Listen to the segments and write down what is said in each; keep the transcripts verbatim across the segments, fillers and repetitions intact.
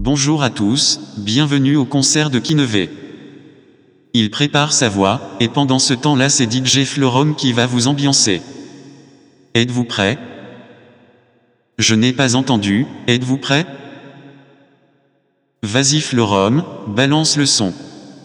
Bonjour à tous, bienvenue au concert de Kinevey. Il prépare sa voix, et pendant ce temps-là c'est D J Florom qui va vous ambiancer. Êtes-vous prêts? Je n'ai pas entendu, êtes-vous prêts? Vas-y Florom, balance le son.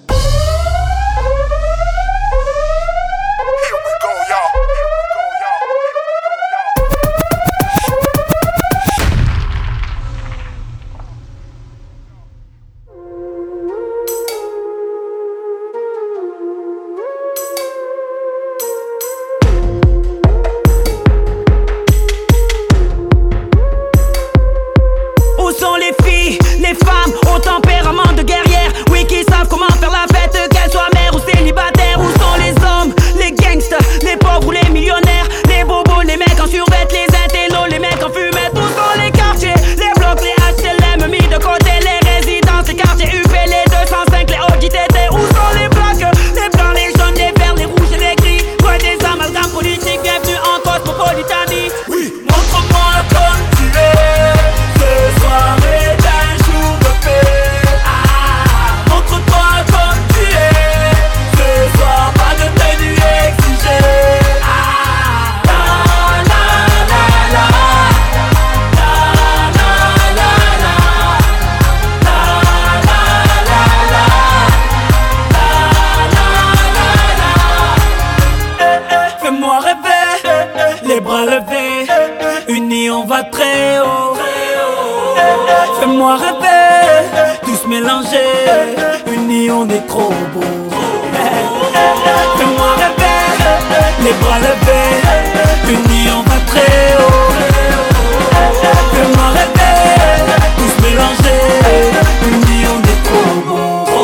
Les femmes au tempérament de guerrière, oui, qui savent comment faire la fête, qu'elles soient mères ou célibataires. Où sont les hommes, les gangsters, les pauvres ou les millionnaires, les bobos, les mecs en survêt, les intellos, les mecs en fumette. Où sont les quartiers, les blocs, les H L M mis de côté, les résidences, les quartiers U P, les deux cent cinq, les Audi T T. Où sont les plaques, les blancs, les jaunes, les verts, les rouges et les gris? Loin des amalgames politiques, bienvenue en Cosmopolitanie. Oui, montre-moi comme tu es, ce soir est un jour de paix. Ah, montre-toi comme tu es, ce soir pas de tenue exigée. Ah, la la la la, la la la la, la la la la, la la la la. Eh eh, fais-moi rêver, les bras levés, unis on va très haut. Fais-moi rêver, tous mélangés, unis on est trop beau. Fais-moi rêver, les bras levés, unis on va très haut. Fais-moi rêver, tous mélangés, unis on est trop beau.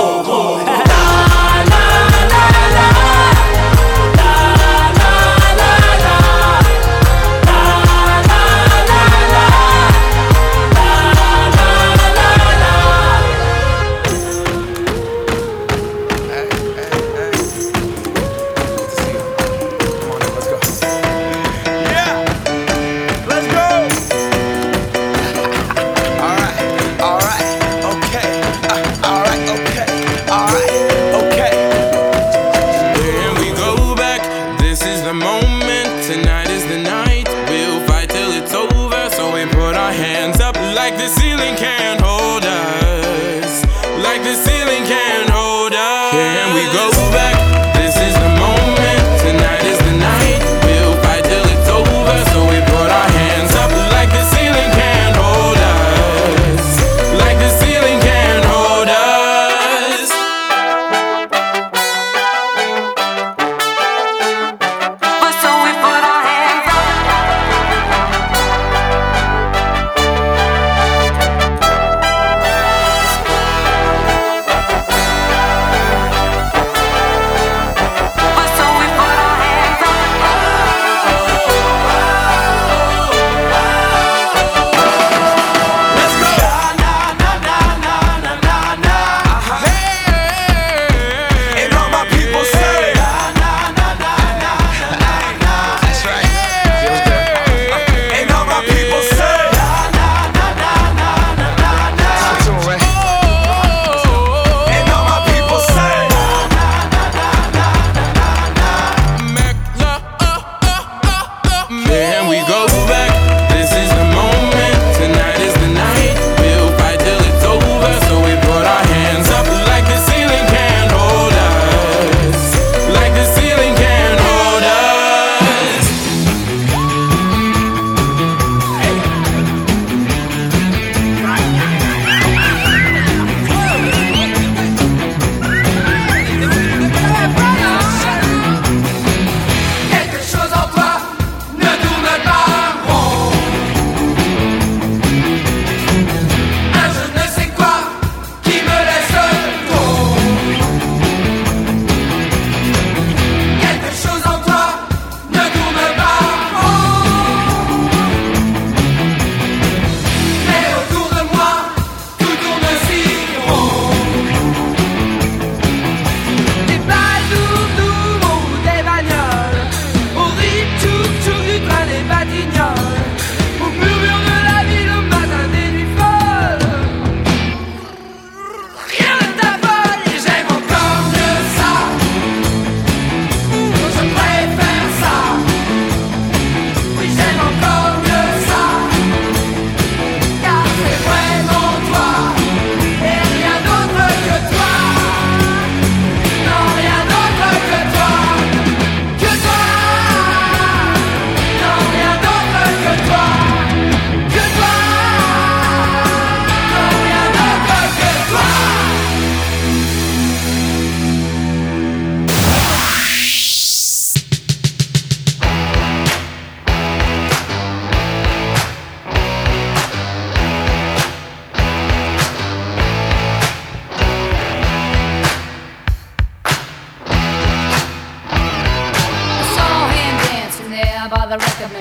Like the ceiling can't hold us, like the ceiling can't hold us. Can we go back? This is the moment, tonight is the night. We'll fight till it's over, so we put our hands up. Like the ceiling can't hold us, like the ceiling can't hold us. So we put our hands up.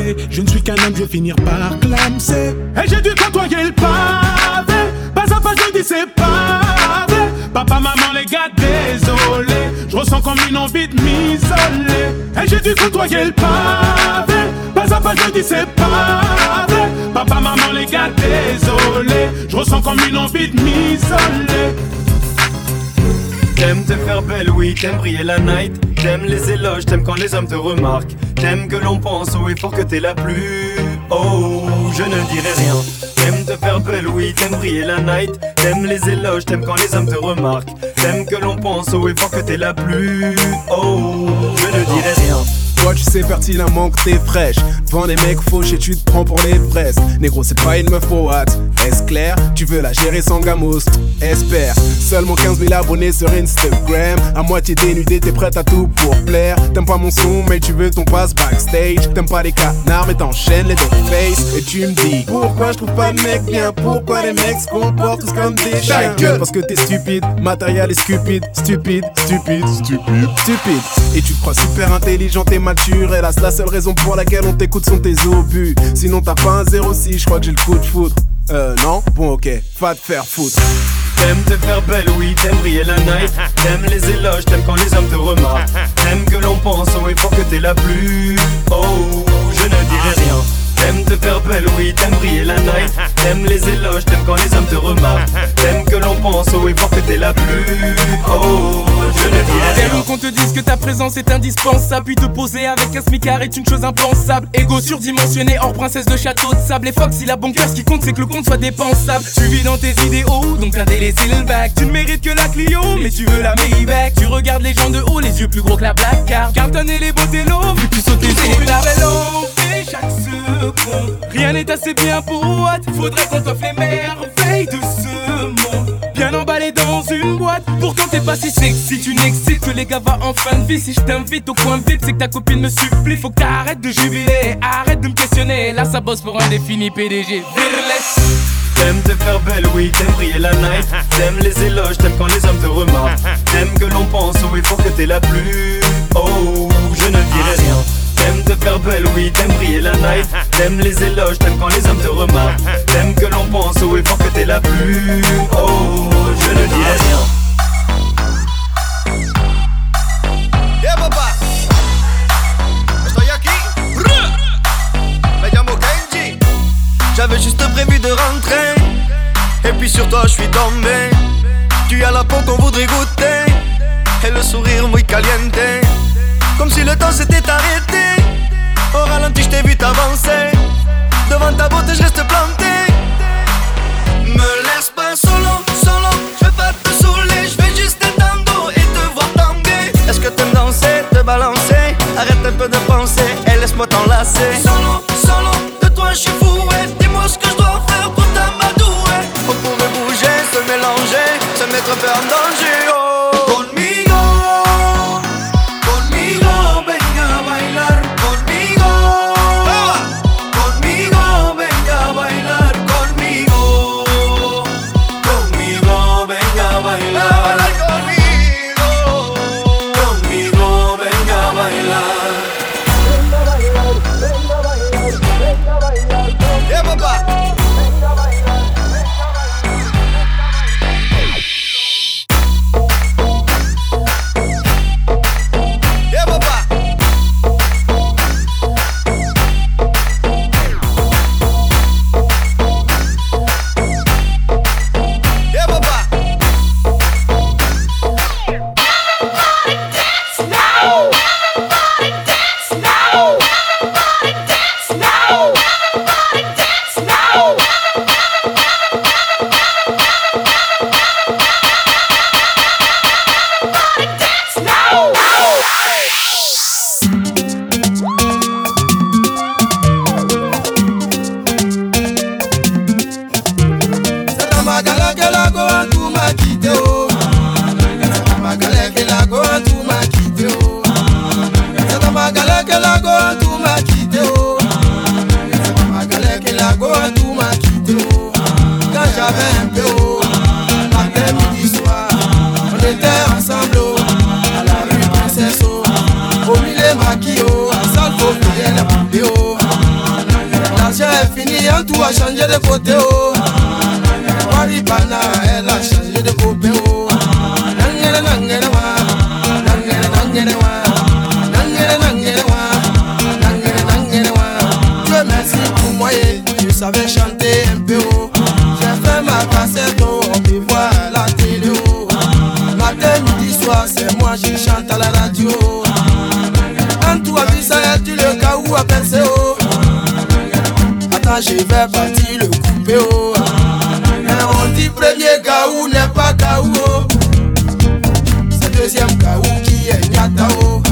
désolé, je ne suis qu'un homme, je vais finir par clamser. Et j'ai dû côtoyer le pavé, pas à pas je dis c'est pas vrai. Papa, maman, les gars, désolé, je ressens comme une envie de m'isoler. Et j'ai dû côtoyer le pavé, pas à pas je dis c'est pas vrai. Papa, maman, les gars, désolé, je ressens comme une envie de m'isoler. T'aimes te faire belle, oui, t'aimes briller la night. T'aimes les éloges, t'aimes quand les hommes te remarquent. T'aimes que l'on pense au effort que t'es la plus. Oh, je ne dirai rien. T'aimes te faire belle, oui, t'aimes briller la night. T'aimes les éloges, t'aimes quand les hommes te remarquent. T'aimes que l'on pense au effort que t'es la plus. Oh, je ne dirai rien. Toi tu sais pertinemment que t'es fraîche. Devant des mecs fauches et tu te prends pour les fraises. Négro c'est pas une meuf pour what? Est-ce clair? Tu veux la gérer sans gamos? Espère. Seulement quinze mille abonnés sur Instagram. À moitié dénudé t'es prête à tout pour plaire. T'aimes pas mon son mais tu veux ton passe backstage. T'aimes pas les canards mais t'enchaînes les dog face. Et tu me dis pourquoi je trouve pas de mec bien? Pourquoi les mecs se comportent tous comme des chiens? Parce que t'es stupide, matériel est stupide. Stupide, stupide, stupide, stupide. Et tu te crois super intelligent et mature. Hélas la seule raison pour laquelle on t'écoute sont tes obus. Sinon t'as pas un zéro six, je crois que j'ai le coup de foudre. Euh non? Bon ok, va te faire foutre. T'aimes te faire belle, oui, t'aimes briller la night. T'aimes les éloges, t'aimes quand les hommes te remarquent. T'aimes que l'on pense au effort que t'es la plus. Oh, je ne dirai rien. T'aimes te faire belle, oui, t'aimes briller la night. T'aimes les éloges, t'aimes quand les hommes te remarquent. T'aimes que l'on pense au effort que t'es la plus. Oh, je ne dirai rien. T'aimes qu'on te dise que ta présence est indispensable. Puis te poser avec un smicard est une chose impensable. Égo surdimensionné, hors princesse de château de sable. Et Fox, il a bon cœur, ce qui compte c'est que le compte soit dépensable. Tu vis dans tes idéaux, donc t'as délaissé le bac. Tu ne mérites que la Clio, mais tu veux la Maybach. Tu regardes les gens de haut, les yeux plus gros que la Black Card. Carton et les beautés l'eau, vu que tu sautes les étapes. Chaque seconde, rien n'est assez bien pour what. Faudrait qu'on t'offre les merveilles de ce monde. Bien emballé dans une boîte. Pourtant t'es pas si sexy, tu n'excites que les gars va en fin de vie. Si je t'invite au coin vite, c'est que ta copine me supplie. Faut que t'arrêtes de jubiler, arrête de me questionner. Là ça bosse pour un défini P D G Virless. T'aimes te faire belle, oui, t'aimes briller la night. T'aimes les éloges, t'aimes quand les hommes te remarquent. T'aimes que l'on pense au effort que t'es la plus. Oh, je ne dirai rien. T'aimes te faire belle, oui, t'aimes briller la night. T'aimes les éloges, t'aimes quand les hommes te remarquent. T'aimes que l'on pense au effort que t'es la plus. Oh, je ne dirai rien. Yeah, papa. Estoy aquí. Me llamo Kenji. J'avais juste prévu de rentrer. Et puis sur toi, je suis tombé. Tu as la peau qu'on voudrait goûter. Et le sourire muy caliente. Comme si le temps s'était arrêté. Au ralenti, je t'ai vu t'avancer. Devant ta beauté, je reste planté. Me laisse pas solo, solo. Je vais pas te saouler, je vais juste être dans le dos et te voir tanguer. Est-ce que t'aimes danser, te balancer? Arrête un peu de penser et laisse-moi t'enlacer. Solo, solo, de toi je suis fou. Ouais. Dis-moi ce que je dois faire pour t'amadouer. On pourrait bouger, se mélanger, se mettre un peu en danger. Oh, conmigo. Au milieu maquillot, à salle faut payer la poupée. Yantou a changé de côté, oh. Waribana, elle a changé de côté, oh. Nangere, nangere, wa. Nangere, nangere, wa. Nangere, nangere, wa. Nangere, nangere, wa. Dieu merci pour moi, je savais chanter un peu, oh. J'ai fait ma cassette, oh. On me voit à la télé, oh. Matin, midi, soir, c'est moi, je chante à la radio. Quand tu as vu ça, tu le cas où à penser, oh. Attends, je vais partir le couper, oh. Mais on dit premier gaou n'est pas gaou, oh. C'est deuxième gaou qui est nyata, oh.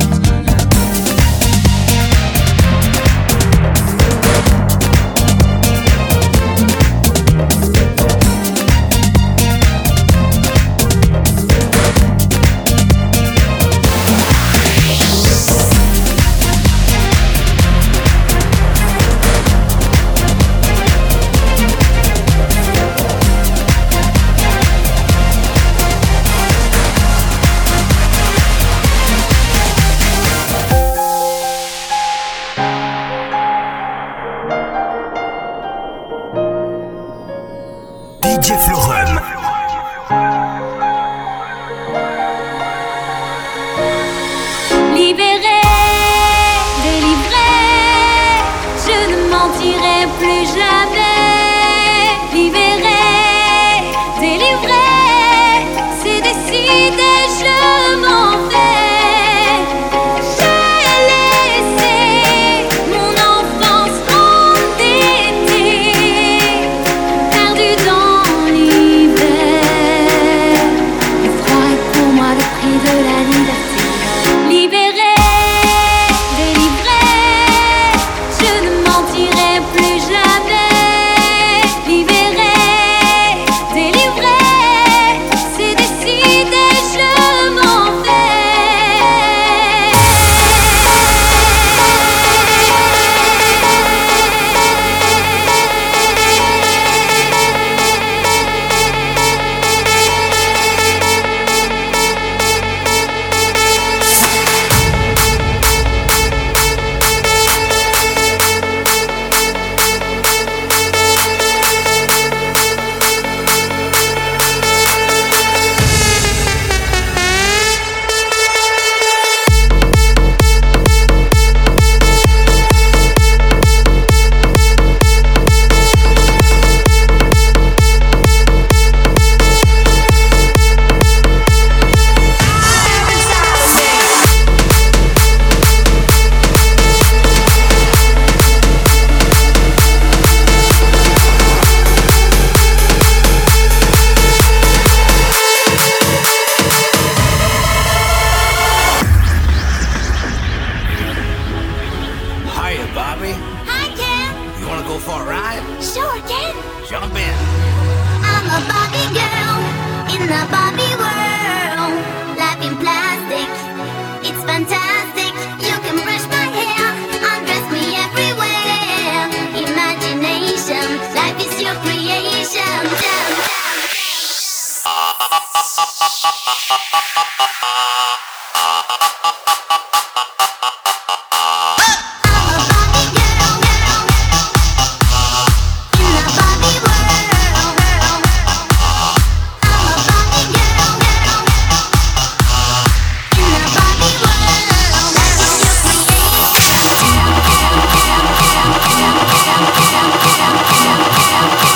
Yeah.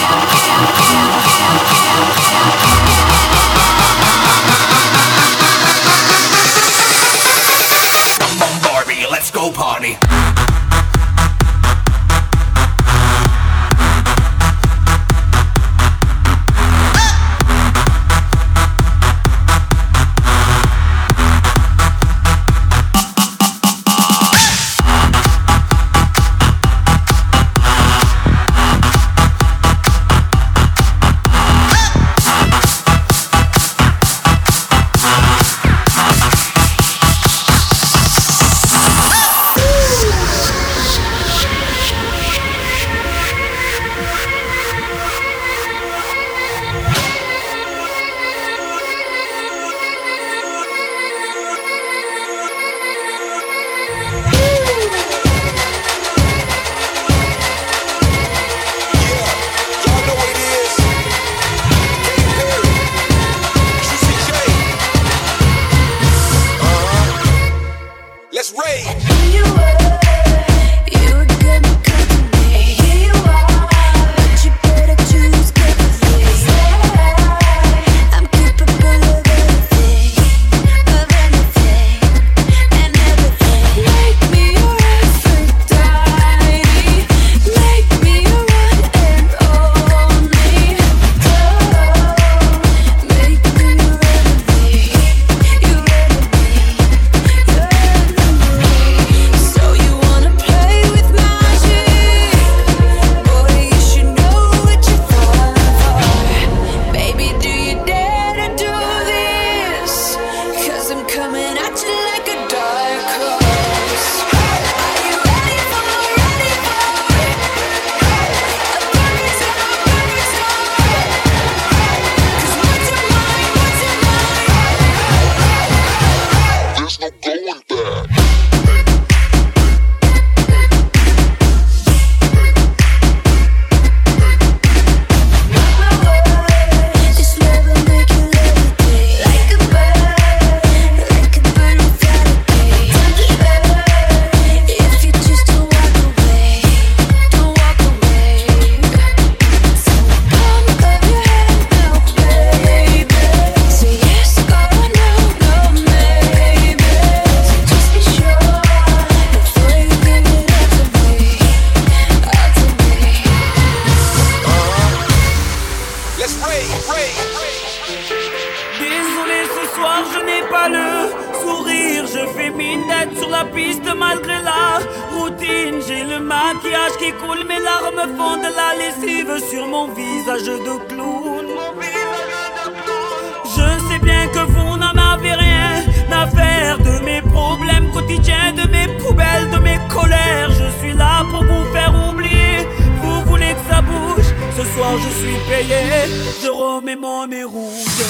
soir je n'ai pas le sourire. Je fais mine d'être sur la piste malgré la routine. J'ai le maquillage qui coule, mes larmes font de la lessive sur mon visage de clown. Je sais bien que vous n'en avez rien à faire de mes problèmes quotidiens, de mes poubelles, de mes colères. Je suis là pour vous faire oublier. Vous voulez que ça bouge? Ce soir je suis payé, je remets mon nez rouge.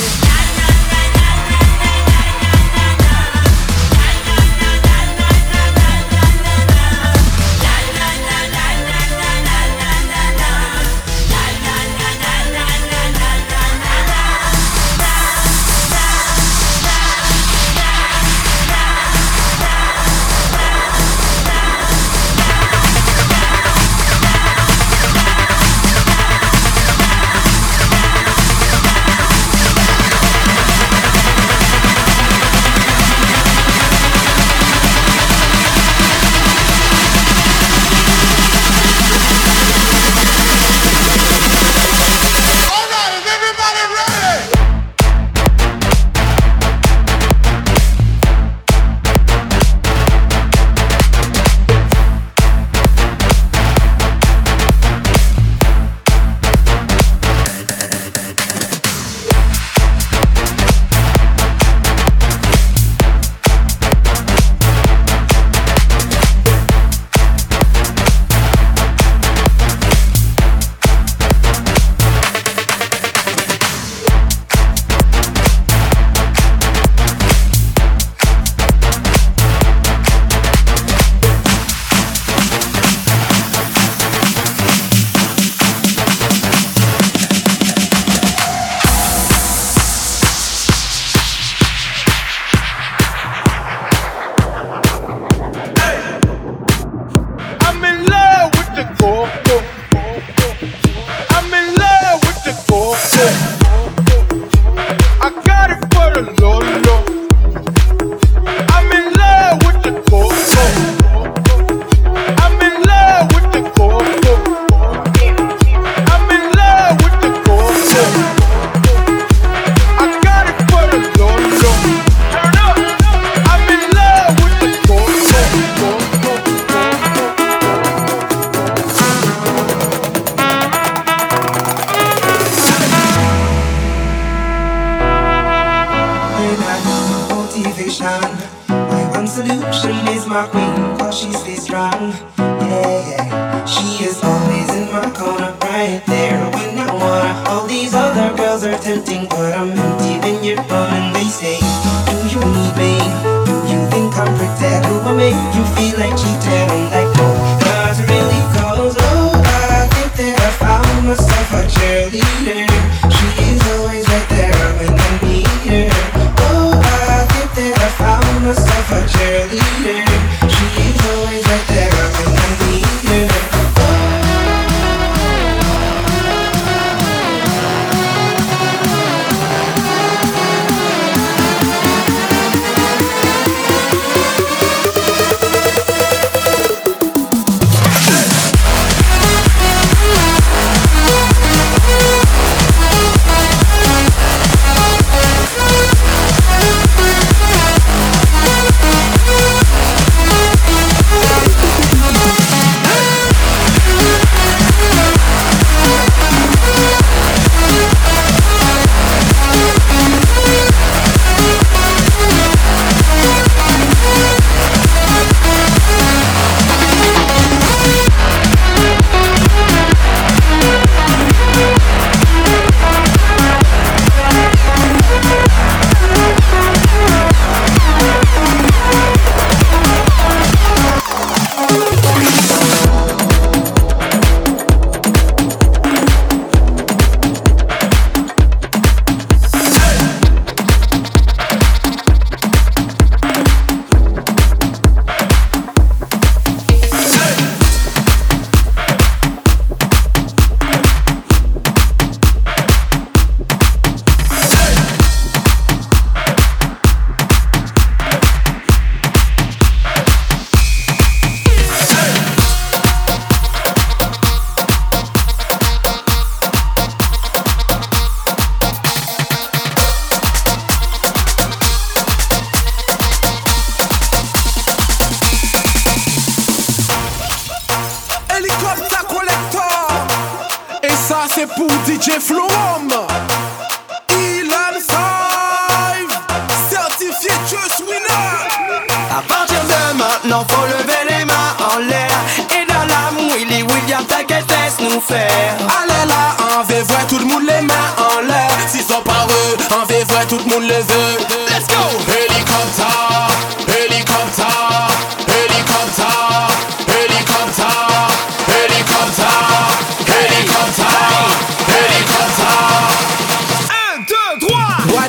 J Florom. Ilan cinq, certifié Just Winner. À partir de maintenant, faut lever les mains en l'air. Et dans la Willy William, t'inquiète, laisse nous faire. Allez là, on veut voir tout le monde les mains en l'air. S'ils sont pas eux, on veut voir tout le monde les veut. Let's go! Hélicoptère, hélicoptère, hélicoptère, hélicoptère, hélicoptère, hélicoptère, hélicoptère. Un, deux, trois!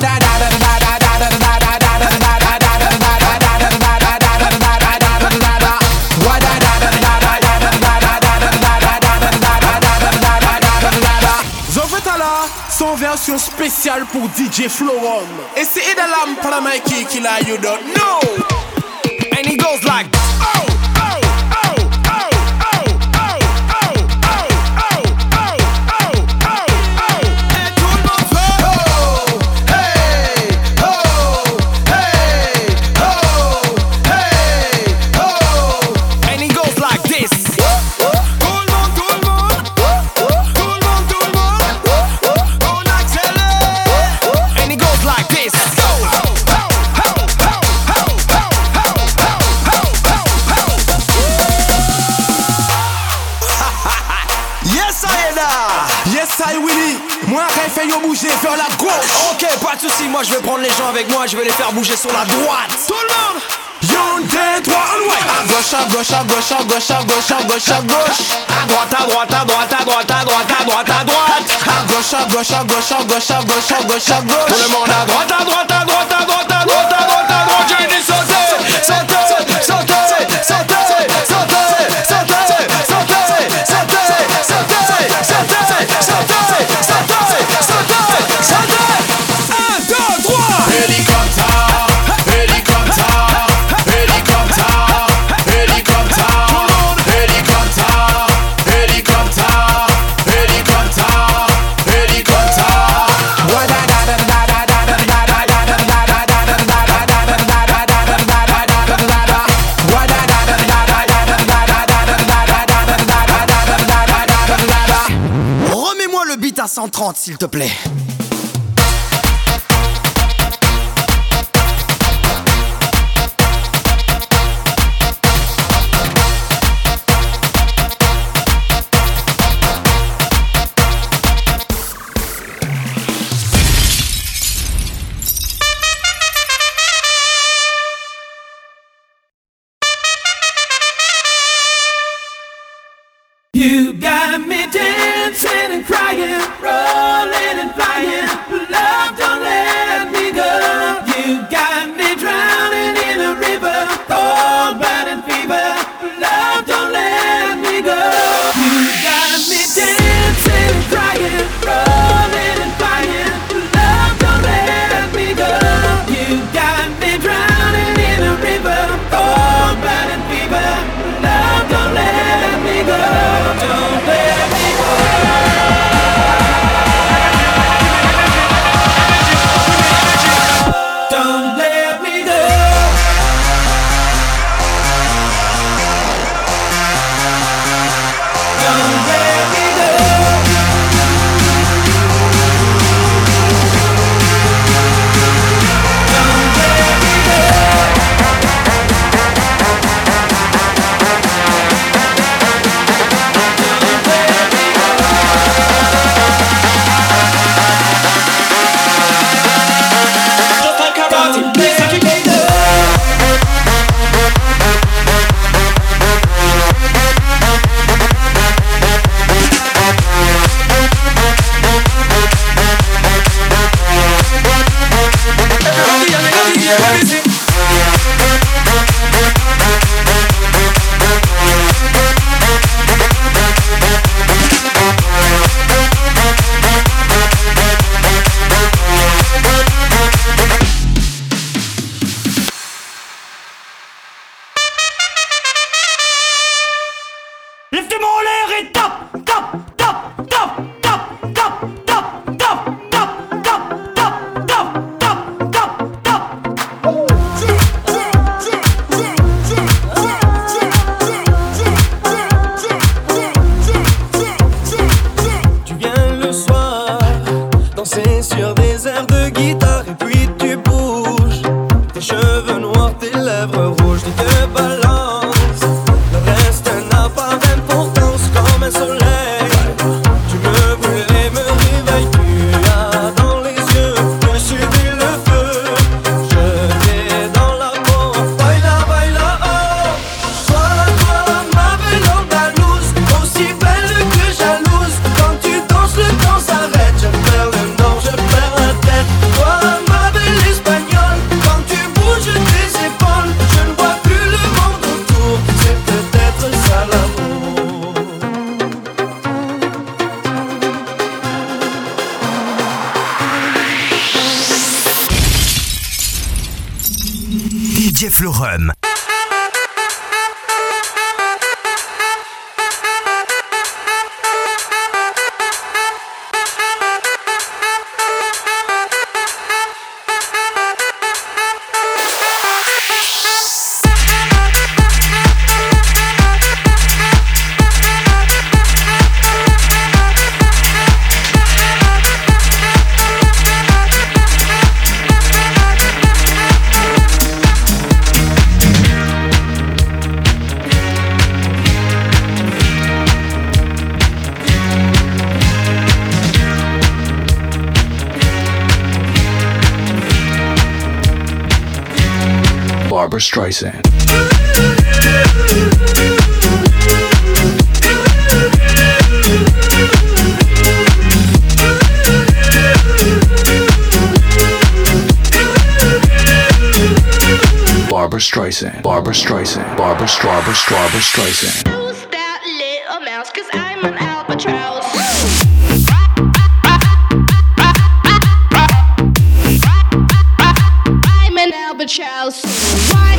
Son version spéciale pour D J Florom. Et c'est Idalam pour la Mikey qui l'a, you don't know. And it goes like oh, oh, oh, oh, oh, oh, oh, oh, oh, oh, oh, oh. Et tout le monde fait oh, hey, oh, hey, oh, hey, oh. And it goes like this. Yes, I Willy. Moi, fait yo bouger vers la gauche. Ok, pas de soucis, moi je vais prendre les gens avec moi, je vais les faire bouger sur la droite. Tout le monde. Yon, deux, trois, on ouais. À gauche, à gauche, à gauche, à gauche, à gauche, à gauche, à gauche. À droite, à droite, à droite, à droite, à droite, à droite, à droite. À gauche, à gauche, à gauche, à gauche, à gauche, à gauche, à gauche. Tout le monde à droite, à droite, à droite, à droite, à droite, à droite, à droite. J'ai dit sauter, sauter, sauter, sauter, sauter, sauter, sauter, sauter, sauter, sauter, sauter, sauter, sauter, sauter. Un, deux, trois. Hélicoptère, hélicoptère, hélicoptère, hélicoptère, hélicoptère, hélicoptère, hélicoptère, hélicoptère. Remets-moi le beat à cent trente s'il te plaît. You got me dancing and crying, rolling and flying, but love don't let me go. You got me drowning in a river, cold blood and fever, but love don't let me go. You got me dancing and crying, rolling and flying, but love don't let me go. You got me drowning in a river, cold blood and fever, but love don't let me go. Don't let me go. D J Florum. Barbra Streisand. Barbra Streisand. Barbra Streisand. Barbra Barbra Barbra Streisand. Who's that little mouse? 'Cause I'm an albatross. I'm an albatross. Why?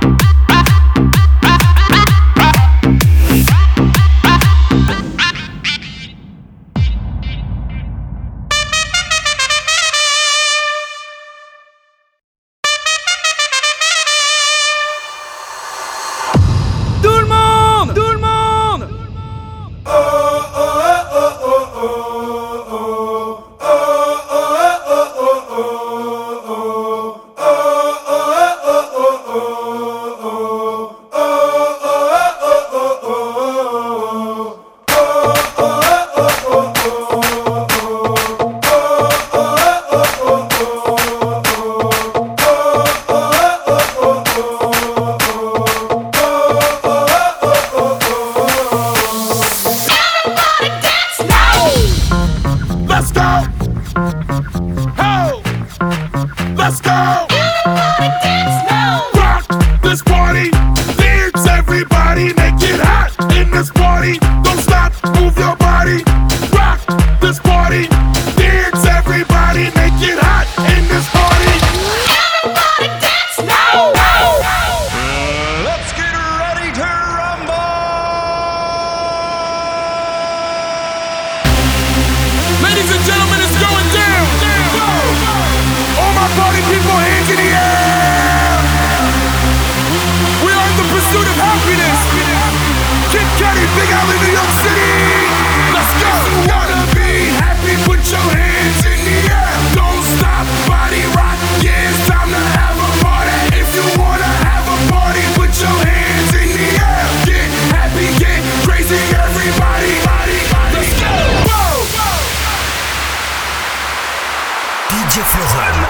D J Florum.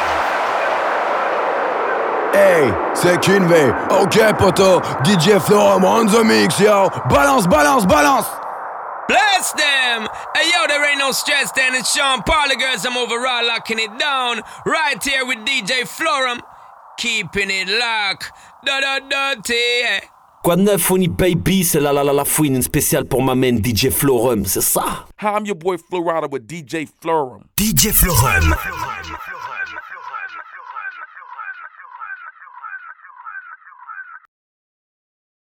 Hey, c'est qu'une V. Ok, poto. D J Florum on the mix, yo. Balance, balance, balance. Bless them! Hey yo, there ain't no stress then. It's Sean Parley Girls. I'm overall locking it down. Right here with D J Florum. Keeping it locked. Da da da t. Quoi de neuf, Funny Baby, c'est la la la la fouine, une spéciale pour ma main D J Florum, c'est ça. Hi, I'm your boy Flo Rida with D J Florum. D J Florum.